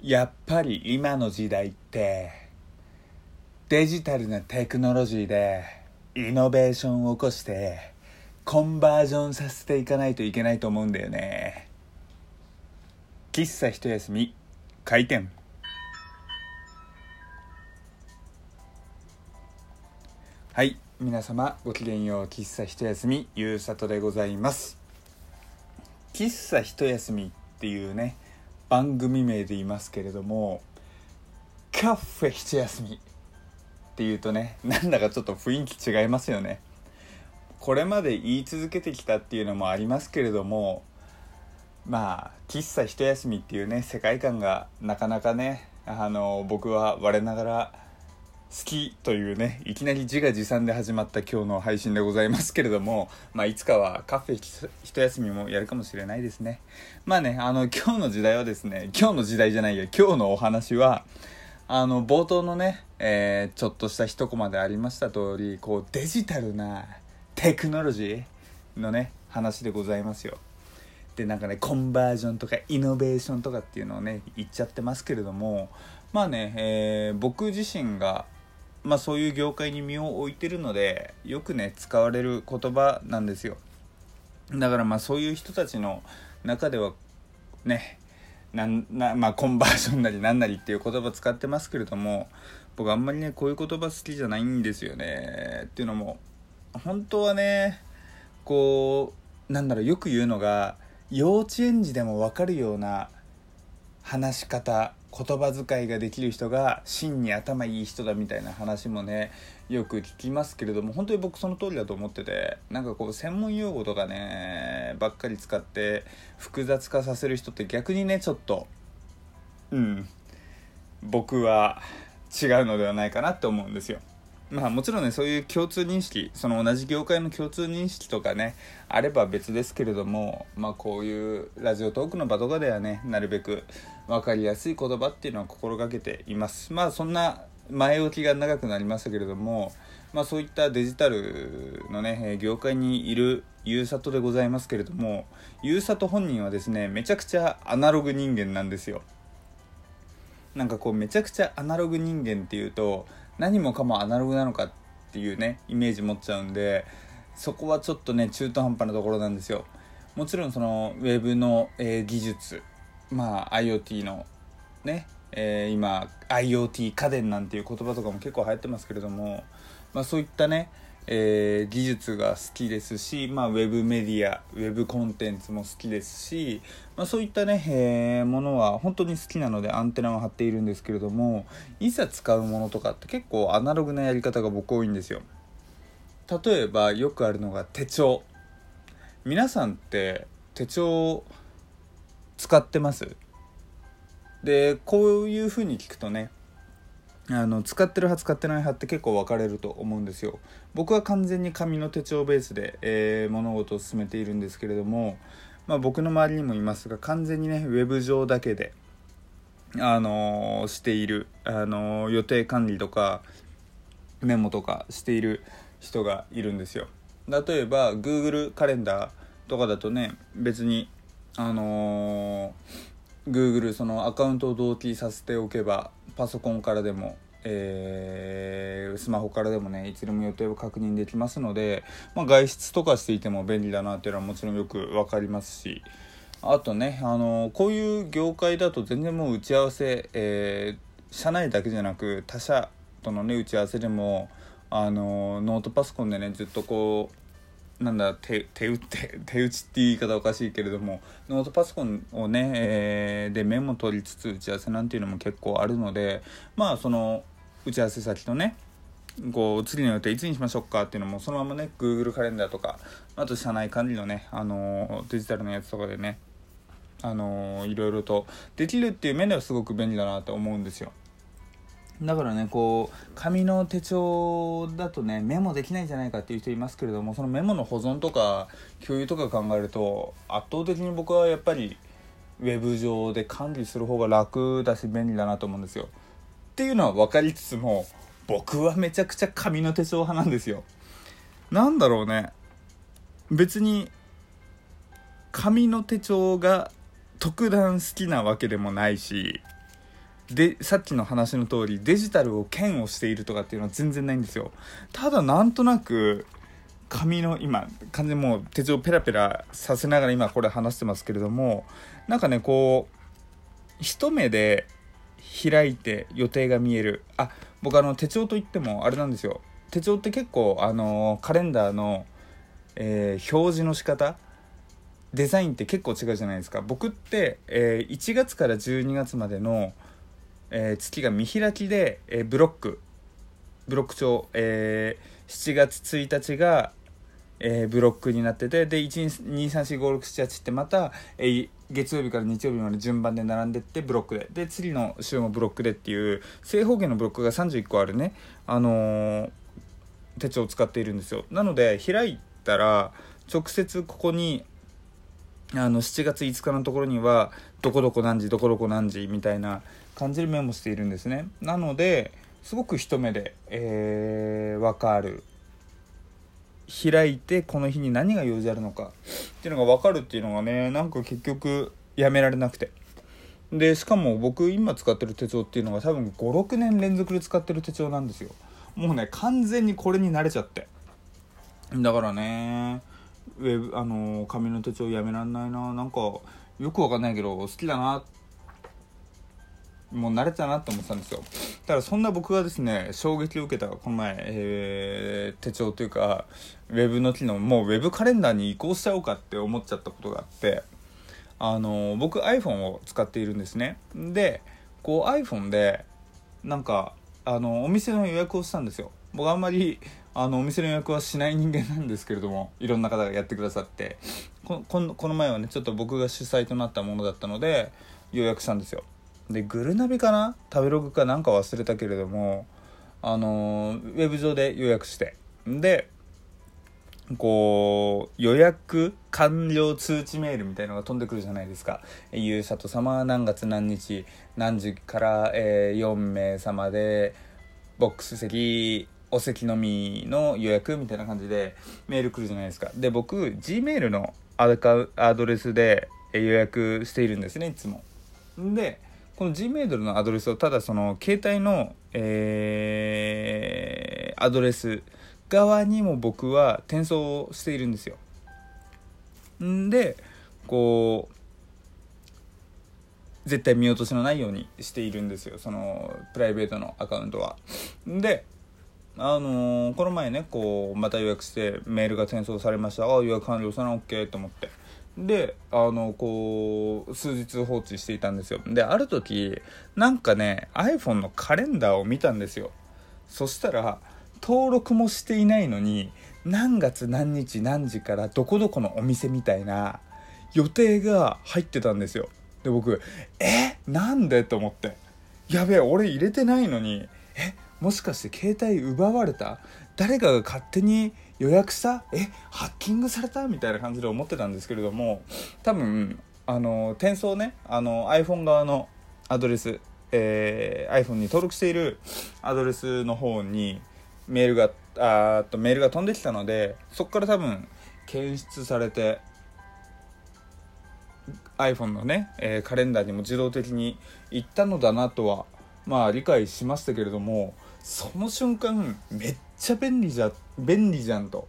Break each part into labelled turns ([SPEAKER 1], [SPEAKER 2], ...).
[SPEAKER 1] やっぱり今の時代ってデジタルなテクノロジーでイノベーションを起こしてコンバージョンさせていかないといけないと思うんだよね。喫茶一休み開店。はい、皆様ごきげんよう。喫茶一休みゆうさとでございます。喫茶一休みっていうね番組名で言いますけれども、カフェ一休みっていうとね、なんだかちょっと雰囲気違いますよね。これまで言い続けてきたっていうのもありますけれども、まあ喫茶一休みっていうね世界観がなかなかね、僕は我ながら好きというね、いきなり自画自賛で始まった今日の配信でございますけれども、いつかはカフェ一休みもやるかもしれないですね。今日の時代はですね、今日のお話は冒頭のね、ちょっとした一コマでありました通り、こうデジタルなテクノロジーのね話でございますよ。でコンバージョンとかイノベーションとかっていうのをね言っちゃってますけれども、僕自身がそういう業界に身を置いてるのでよくね使われる言葉なんですよ。だからそういう人たちの中ではねコンバージョンなりなんなりっていう言葉使ってますけれども、僕あんまりねこういう言葉好きじゃないんですよね。っていうのも本当はね、よく言うのが、幼稚園児でも分かるような話し方、言葉遣いができる人が真に頭いい人だみたいな話もねよく聞きますけれども、本当に僕その通りだと思ってて、専門用語とかねばっかり使って複雑化させる人って逆にねちょっと僕は違うのではないかなって思うんですよ。もちろんねそういう共通認識、その同じ業界の共通認識とかねあれば別ですけれども、こういうラジオトークの場とかではねなるべく分かりやすい言葉っていうのは心がけています。そんな前置きが長くなりましたけれども、そういったデジタルのね業界にいるゆうさとでございますけれども、ゆうさと本人はですねめちゃくちゃアナログ人間なんですよ。めちゃくちゃアナログ人間っていうと何もかもアナログなのかっていうねイメージ持っちゃうんで、そこはちょっとね中途半端なところなんですよ。もちろんそのウェブの、技術、IoT のね、今 IoT 家電なんていう言葉とかも結構流行ってますけれども、そういったね、技術が好きですし、ウェブメディア、ウェブコンテンツも好きですし、そういったね、ものは本当に好きなのでアンテナを張っているんですけれども、いざ使うものとかって結構アナログなやり方が僕多いんですよ。例えばよくあるのが手帳。皆さんって手帳使ってます？でこういう風に聞くとね、使ってる派使ってない派って結構分かれると思うんですよ。僕は完全に紙の手帳ベースで、物事を進めているんですけれども、僕の周りにもいますが、完全にねウェブ上だけで、している、予定管理とかメモとかしている人がいるんですよ。例えば Google カレンダーとかだとね、別にGoogle そのアカウントを同期させておけばパソコンからでも、スマホからでもねいつでも予定を確認できますので、外出とかしていても便利だなっていうのはもちろんよくわかりますし、あとねこういう業界だと全然もう打ち合わせ、社内だけじゃなく他社とのね打ち合わせでもノートパソコンでねずっとこう手打ちって言い方おかしいけれども、ノートパソコンをね、でメモ取りつつ打ち合わせなんていうのも結構あるので、その打ち合わせ先とね次の予定いつにしましょうかっていうのもそのままね Google カレンダーとか、あと社内管理のね、デジタルのやつとかでね、いろいろとできるっていう面ではすごく便利だなと思うんですよ。だからね紙の手帳だとねメモできないんじゃないかっていう人いますけれども、そのメモの保存とか共有とか考えると圧倒的に僕はやっぱりウェブ上で管理する方が楽だし便利だなと思うんですよ。っていうのは分かりつつも、僕はめちゃくちゃ紙の手帳派なんですよ。別に紙の手帳が特段好きなわけでもないし、 でさっきの話の通りデジタルを嫌悪しているとかっていうのは全然ないんですよ。ただなんとなく紙の今完全にもう手帳ペラペラさせながら今これ話してますけれども、なんかねこう一目で開いて予定が見える。僕手帳といってもあれなんですよ。手帳って結構カレンダーの、表示の仕方デザインって結構違うじゃないですか。僕って、1月から12月までの、月が見開きで、ブロック帳、7月1日が、ブロックになってて、で123456788ってまた、月曜日から日曜日まで順番で並んでってブロックで次の週もブロックでっていう正方形のブロックが31個あるね、手帳を使っているんですよ。なので開いたら直接ここに7月5日のところにはどこどこ何時どこどこ何時みたいな感じでメモしているんですね。なのですごく一目で、分かる。開いてこの日に何が用事あるのかっていうのが分かるっていうのがね、なんか結局やめられなくて、でしかも僕今使ってる手帳っていうのが多分 5,6 年連続で使ってる手帳なんですよ。もうね完全にこれに慣れちゃって、だからね紙の手帳やめらんないな。なんかよくわかんないけど好きだな、もう慣れたなって思ってたんですよ。だからそんな僕がですね衝撃を受けたこの前、手帳というかウェブの機能、もうウェブカレンダーに移行しちゃおうかって思っちゃったことがあって、僕 iPhone を使っているんですね。でこう iPhone でなんかお店の予約をしたんですよ。僕あんまりお店の予約はしない人間なんですけれども、いろんな方がやってくださって、この前はねちょっと僕が主催となったものだったので予約したんですよ。でグルナビかな食べログかなんか忘れたけれどもウェブ上で予約して、でこう予約完了通知メールみたいなのが飛んでくるじゃないですか。ゆうさと様何月何日何時から、4名様でボックス席お席のみの予約みたいな感じでメール来るじゃないですか。で僕 Gmail のアドレスで予約しているんですね、いつも。でこの Gmail のアドレスをただその携帯の、アドレス側にも僕は転送しているんですよ。んでこう絶対見落としのないようにしているんですよ、そのプライベートのアカウントは。でこの前ねこうまた予約してメールが転送されました。予約完了したな OK と思って、でこう数日放置していたんですよ。である時なんかね iPhone のカレンダーを見たんですよ。そしたら登録もしていないのに何月何日何時からどこどこのお店みたいな予定が入ってたんですよ。で僕なんでと思って、やべえ俺入れてないのにもしかして携帯奪われた、誰かが勝手に予約した、ハッキングされたみたいな感じで思ってたんですけれども、多分転送ねiPhone 側のアドレス、iPhone に登録しているアドレスの方にメールが飛んできたので、そこから多分検出されて iPhone のね、カレンダーにも自動的に行ったのだなとは理解しましたけれども、その瞬間めっちゃ便利じゃんと、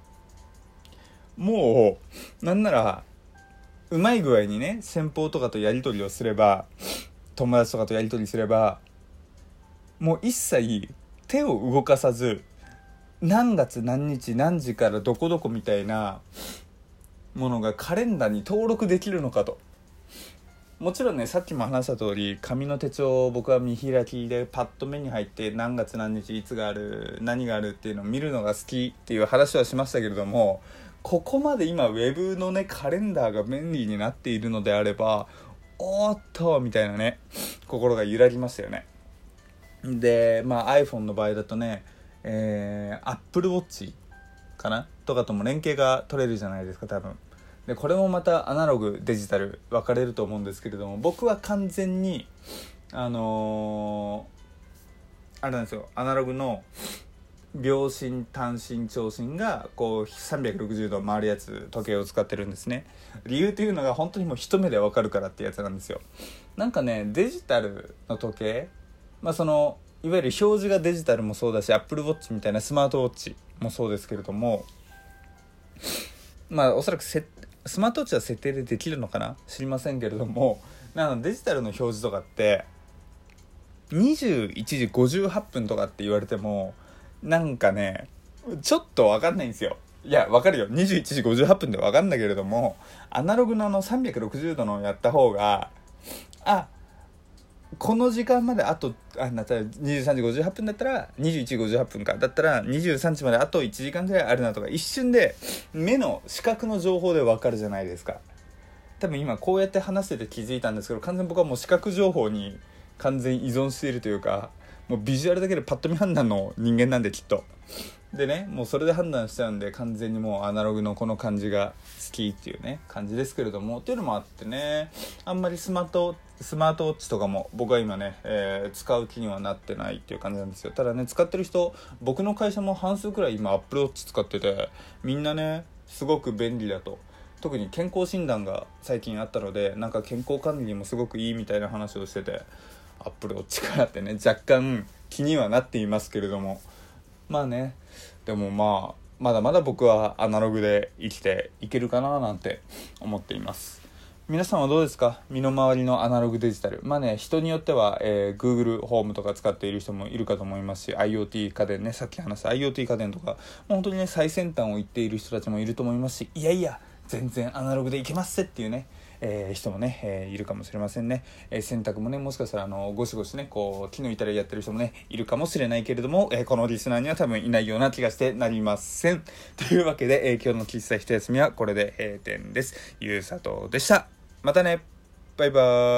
[SPEAKER 1] もうなんならうまい具合にね先方とかとやり取りをすれば、友達とかとやり取りすれば、もう一切手を動かさず何月何日何時からどこどこみたいなものがカレンダーに登録できるのかと。もちろんねさっきも話した通り紙の手帳を僕は見開きでパッと目に入って何月何日いつがある何があるっていうのを見るのが好きっていう話はしましたけれども、ここまで今ウェブのねカレンダーが便利になっているのであればおーっとみたいなね心が揺らぎましたよね。でiPhone の場合だとね、Apple Watch かなとかとも連携が取れるじゃないですか多分。でこれもまたアナログデジタル分かれると思うんですけれども、僕は完全にあれなんですよ、アナログの秒針、単針、長針がこう360度回るやつ、時計を使ってるんですね。理由というのが本当にもう一目でわかるからってやつなんですよ。なんかね、デジタルの時計、そのいわゆる表示がデジタルもそうだし、Apple Watch みたいなスマートウォッチもそうですけれども、おそらくスマートウォッチは設定でできるのかな、知りませんけれども、デジタルの表示とかって21時58分とかって言われてもなんかねちょっと分かんないんですよ。いや分かるよ、21時58分で分かんだけれども、アナログの360度のやった方が、この時間までだったら23時58分だったら21時58分か、だったら23時まであと1時間ぐらいあるなとか、一瞬で目の視覚の情報で分かるじゃないですか。多分今こうやって話してて気づいたんですけど、完全に僕はもう視覚情報に完全依存しているというか、もうビジュアルだけでパッと見判断の人間なんで、きっとでね、もうそれで判断しちゃうんで、完全にもうアナログのこの感じが好きっていうね感じですけれども、っていうのもあってね、あんまりスマートウォッチとかも僕は今ね、使う気にはなってないっていう感じなんですよ。ただね、使ってる人、僕の会社も半数くらい今 Apple Watch 使ってて、みんなねすごく便利だと。特に健康診断が最近あったので、なんか健康管理にもすごくいいみたいな話をしてて、アップルウォッチからってね若干気にはなっていますけれども、でもまだまだ僕はアナログで生きていけるかななんて思っています。皆さんはどうですか？身の回りのアナログデジタル。人によっては、Google ホームとか使っている人もいるかと思いますし、 IoT 家電ね、さっき話した IoT 家電とか本当にね最先端を言っている人たちもいると思いますし、いや全然アナログでいけますっていうね、人もね、いるかもしれませんね。洗濯もね、もしかしたらゴシゴシねこう木の板でやってる人もねいるかもしれないけれども、このリスナーには多分いないような気がしてなりません。というわけで、今日の喫茶一休みはこれで閉店です。ゆうさとでした。またね、バイバーイ。